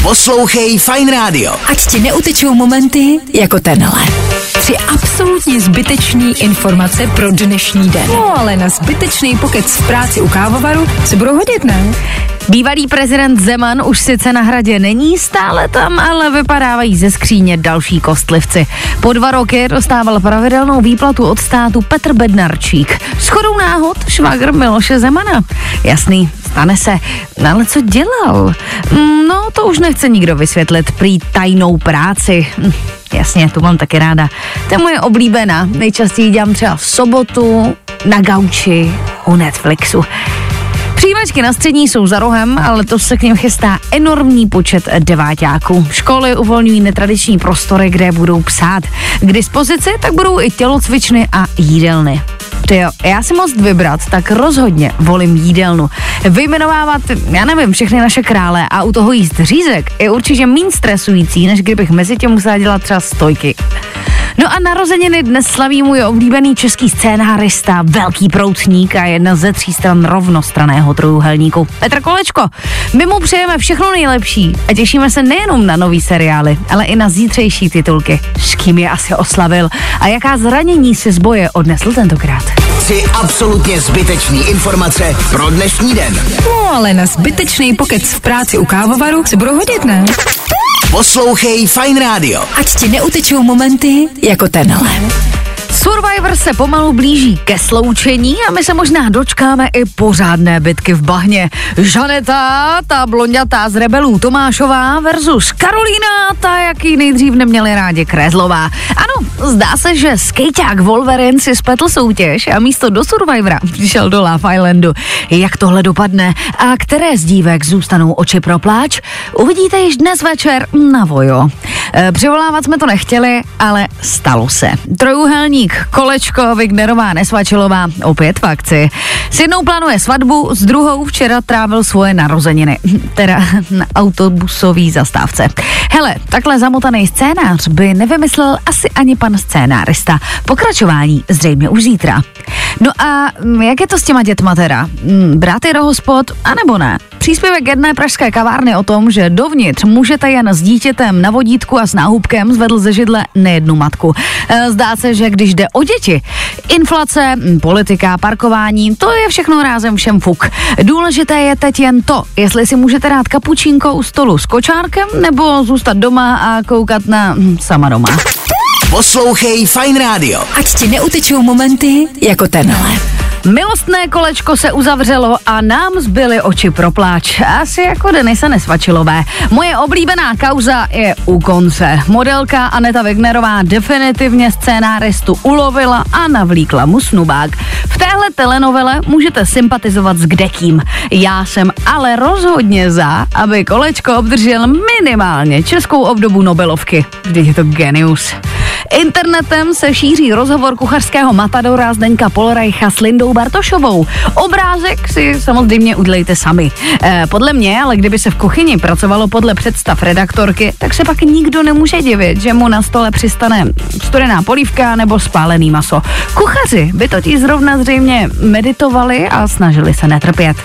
Poslouchej Fajn rádio. Ať ti neutečou momenty jako tenhle. 3 absolutně zbytečný informace pro dnešní den. No ale na zbytečný pokec v práci u kávovaru se budou hodit, ne? Bývalý prezident Zeman už sice na Hradě není stále tam, ale vypadávají ze skříně další kostlivci. Po 2 roky dostával pravidelnou výplatu od státu Petr Bednarčík. Shodou náhod švagr Miloše Zemana. Jasný, stane se. Ale co dělal? No, to už nechce nikdo vysvětlit. Prý tajnou práci. Jasně, tu mám taky ráda. To je moje oblíbená. Nejčastěji dělám třeba v sobotu na gauči u Netflixu. Přijímačky na střední jsou za rohem, ale to se k nim chystá enormní počet deváťáků. Školy uvolňují netradiční prostory, kde budou psát. K dispozici tak budou i tělocvičny a jídelny. Tyjo, já si moc vybrat, tak rozhodně volím jídelnu. Vyjmenovávat, já nevím, všechny naše krále a u toho jíst řízek je určitě méně stresující, než kdybych mezi tím musela dělat třeba stojky. No a narozeniny dnes slaví můj oblíbený český scénárista, velký proutník a jedna ze 3 stran rovnostranného trojúhelníku. Petr Kolečko. My mu přejeme všechno nejlepší a těšíme se nejenom na nový seriály, ale i na zítřejší titulky. S kým je asi oslavil a jaká zranění si z boje odnesl tentokrát. 3 absolutně zbytečný informace pro dnešní den. No ale na zbytečný pokec v práci u kávovaru se budou hodit, ne? Poslouchej Fajn rádio. Ať ti neutečou momenty jako tenhle. Survivor se pomalu blíží ke sloučení a my se možná dočkáme i pořádné bitky v bahně. Žaneta, ta blonďatá z Rebelů Tomášová versus Karolína, ta, jaký nejdřív neměli rádi Krézlová. Ano, zdá se, že skejťák Wolverine si spletl soutěž a místo do Survivora přišel do Love Islandu. Jak tohle dopadne a které z dívek zůstanou oči pro pláč, uvidíte již dnes večer na Vojo. Přivolávat jsme to nechtěli, ale stalo se. Trojúhelník Kolečko, Wignerová, Nesvačilová, opět v akci. S jednou plánuje svatbu, s druhou včera trávil svoje narozeniny. Teda na autobusový zastávce. Hele, takhle zamotaný scénář by nevymyslel asi ani pan scénárista. Pokračování zřejmě už zítra. No a jak je to s těma dětma teda? Brát je do hospod, anebo ne? Příspěvek jedné pražské kavárny o tom, že dovnitř můžete jen s dítětem na vodítku a s náhubkem, zvedl ze židle nejednu matku. Zdá se, že když jde o děti, inflace, politika, parkování, to je všechno rázem všem fuk. Důležité je teď jen to, jestli si můžete dát kapučínko u stolu s kočárkem, nebo zůstat doma a koukat na sama doma. Poslouchej Fajn rádio. Ať ti neutečou momenty jako tenhle. Milostné kolečko se uzavřelo a nám zbyly oči pro pláč. Asi jako Denise Nesvačilové. Moje oblíbená kauza je u konce. Modelka Aneta Wignerová definitivně scénáristu ulovila a navlíkla mu snubák. V téhle telenovele můžete sympatizovat s kdekým. Já jsem ale rozhodně za, aby kolečko obdržel minimálně českou obdobu Nobelovky. Vždyť je to genius. Internetem se šíří rozhovor kuchařského matadora Zdeňka Polreicha s Lindou Bartošovou. Obrázek si samozřejmě udělejte sami. Podle mě, ale kdyby se v kuchyni pracovalo podle představ redaktorky, tak se pak nikdo nemůže divit, že mu na stole přistane studená polívka nebo spálený maso. Kuchaři by totiž zrovna zřejmě meditovali a snažili se netrpět.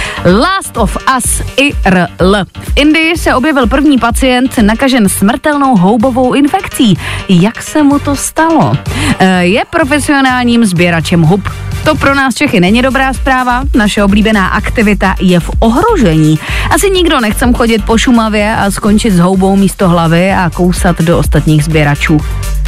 Last of Us IRL. V Indii se objevil první pacient nakažen smrtelnou houbovou infekcí. Jak se mu to stalo? Je profesionálním sběračem hub. To pro nás Čechy není dobrá zpráva, naše oblíbená aktivita je v ohrožení. Asi nikdo nechcem chodit po Šumavě a skončit s houbou místo hlavy a kousat do ostatních sběračů.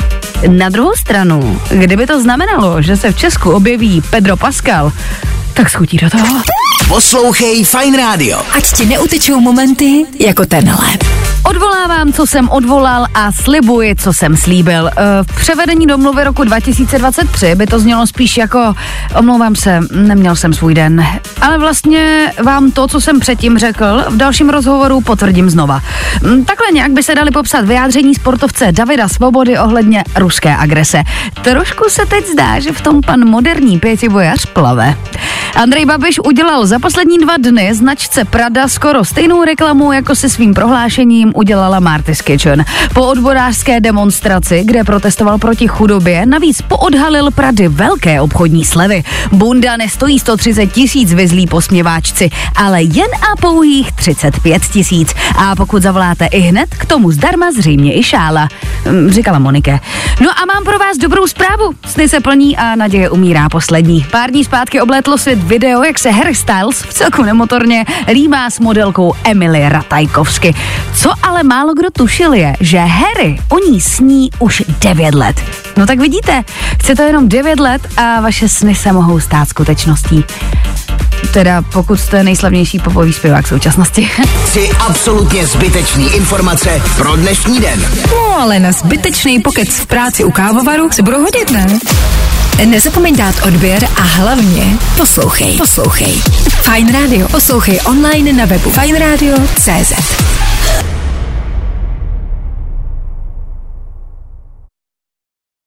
Na druhou stranu, kdyby to znamenalo, že se v Česku objeví Pedro Pascal, tak schutí do toho. Poslouchej Fajn rádio. Ať ti neutečou momenty jako tenhle. Odvolávám, co jsem odvolal a slibuji, co jsem slíbil. V převedení domluvy roku 2023 by to znělo spíš jako omlouvám se, neměl jsem svůj den. Ale vlastně vám to, co jsem předtím řekl, v dalším rozhovoru potvrdím znova. Takhle nějak by se dali popsat vyjádření sportovce Davida Svobody ohledně ruské agrese. Trošku se teď zdá, že v tom pan moderní pětibojař plave. Andrej Babiš udělal za poslední 2 dny značce Prada skoro stejnou reklamu jako se svým prohlášením jim udělala Marty's Kitchen. Po odborářské demonstraci, kde protestoval proti chudobě, navíc poodhalil Prady velké obchodní slevy. Bunda nestojí 130 000 vyzlí posměváčci, ale jen a pouhých 35 000. A pokud zavoláte i hned, k tomu zdarma zřejmě i šála, říkala Monike. No a mám pro vás dobrou zprávu. Sny se plní a naděje umírá poslední. Pár dní zpátky oblétlo svět video, jak se Harry Styles v celku nemotorně líbá s modelkou Emily Ratajkovsky. Co ale málo kdo tušil je, že Harry o ní sní už 9 let. No tak vidíte, chce to jenom 9 let a vaše sny se mohou stát skutečností. Teda pokud jste nejslavnější popový zpěvák v současnosti. 3 absolutně zbytečný informace pro dnešní den. No ale na zbytečný pokec v práci u kávovaru se budou hodit, ne? Nezapomeň dát odběr a hlavně poslouchej. Fajn Radio. Poslouchej online na webu fajnradio.cz.